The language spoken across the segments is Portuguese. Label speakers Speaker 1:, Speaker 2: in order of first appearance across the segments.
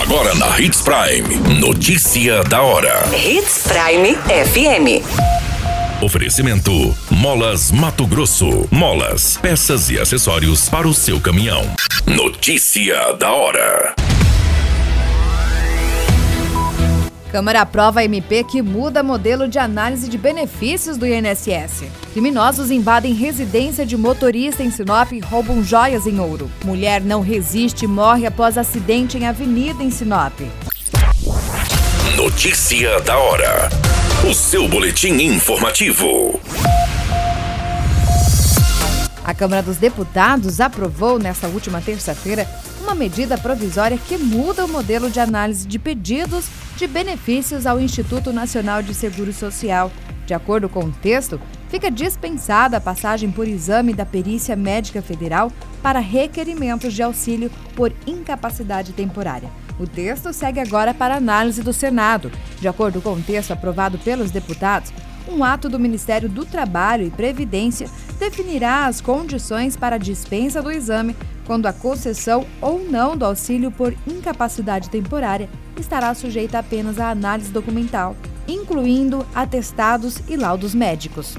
Speaker 1: Agora na Hits Prime. Notícia da hora.
Speaker 2: Hits Prime FM.
Speaker 1: Oferecimento: Molas Mato Grosso. Molas, peças e acessórios para o seu caminhão. Notícia da hora.
Speaker 3: Câmara aprova a MP que muda modelo de análise de benefícios do INSS. Criminosos invadem residência de motorista em Sinop e roubam joias em Ouro. Mulher não resiste e morre após acidente em avenida em Sinop.
Speaker 1: Notícia da hora. O seu boletim informativo.
Speaker 3: A Câmara dos Deputados aprovou nesta última terça-feira uma medida provisória que muda o modelo de análise de pedidos de benefícios ao Instituto Nacional de Seguro Social. De acordo com o texto, fica dispensada a passagem por exame da Perícia Médica Federal para requerimentos de auxílio por incapacidade temporária. O texto segue agora para análise do Senado. De acordo com o texto aprovado pelos deputados, um ato do Ministério do Trabalho e Previdência definirá as condições para a dispensa do exame, quando a concessão ou não do auxílio por incapacidade temporária estará sujeita apenas à análise documental, incluindo atestados e laudos médicos.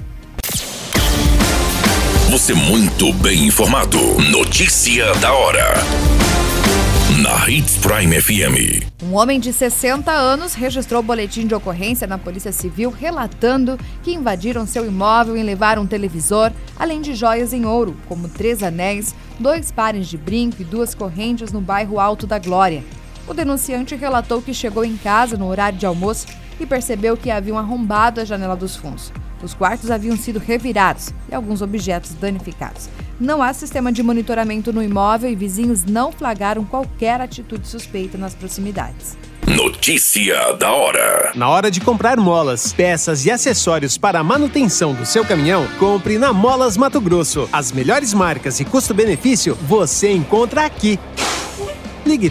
Speaker 1: Você muito bem informado. Notícia da hora. Na Hits Prime FM.
Speaker 3: Um homem de 60 anos registrou boletim de ocorrência na Polícia Civil relatando que invadiram seu imóvel e levaram um televisor, além de joias em ouro, como 3 anéis, 2 pares de brinco e 2 correntes no bairro Alto da Glória. O denunciante relatou que chegou em casa no horário de almoço e percebeu que haviam arrombado a janela dos fundos. Os quartos haviam sido revirados e alguns objetos danificados. Não há sistema de monitoramento no imóvel e vizinhos não flagraram qualquer atitude suspeita nas proximidades.
Speaker 1: Notícia da hora.
Speaker 4: Na hora de comprar molas, peças e acessórios para a manutenção do seu caminhão, compre na Molas Mato Grosso. As melhores marcas e custo-benefício você encontra aqui. Ligue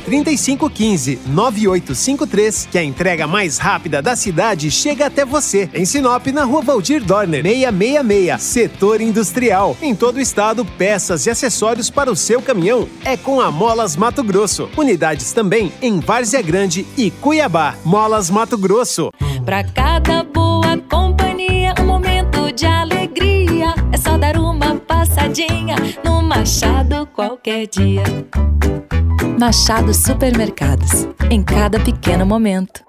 Speaker 4: 3515-9853, que a entrega mais rápida da cidade chega até você. Em Sinop, na Rua Valdir Dorner, 666, Setor Industrial. Em todo o estado, peças e acessórios para o seu caminhão é com a Molas Mato Grosso. Unidades também em Várzea Grande e Cuiabá. Molas Mato Grosso.
Speaker 5: Pra cada boa companhia, um momento de alegria. É só dar uma passadinha no Machado qualquer dia. Machado Supermercados, em cada pequeno momento.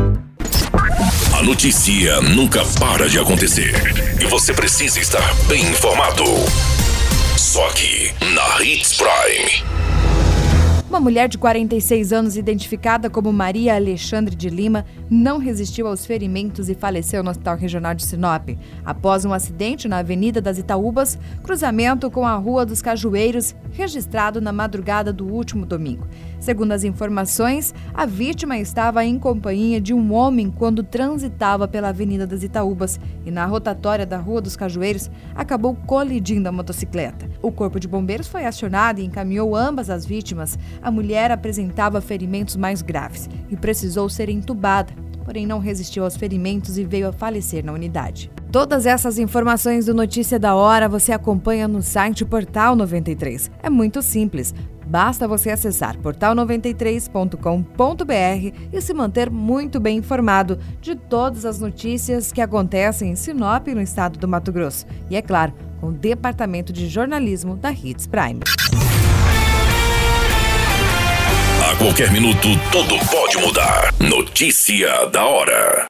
Speaker 1: A notícia nunca para de acontecer e você precisa estar bem informado. Só aqui na Hits Prime.
Speaker 3: Uma mulher de 46 anos, identificada como Maria Alexandre de Lima, não resistiu aos ferimentos e faleceu no Hospital Regional de Sinop, após um acidente na Avenida das Itaúbas, cruzamento com a Rua dos Cajueiros, registrado na madrugada do último domingo. Segundo as informações, a vítima estava em companhia de um homem quando transitava pela Avenida das Itaúbas e, na rotatória da Rua dos Cajueiros, acabou colidindo a motocicleta. O Corpo de Bombeiros foi acionado e encaminhou ambas as vítimas. A mulher apresentava ferimentos mais graves e precisou ser entubada, porém não resistiu aos ferimentos e veio a falecer na unidade. Todas essas informações do Notícia da Hora você acompanha no site Portal 93. É muito simples, basta você acessar portal93.com.br e se manter muito bem informado de todas as notícias que acontecem em Sinop e no estado do Mato Grosso. E é claro, com o Departamento de Jornalismo da Hits Prime.
Speaker 1: A qualquer minuto, tudo pode mudar. Notícia da hora.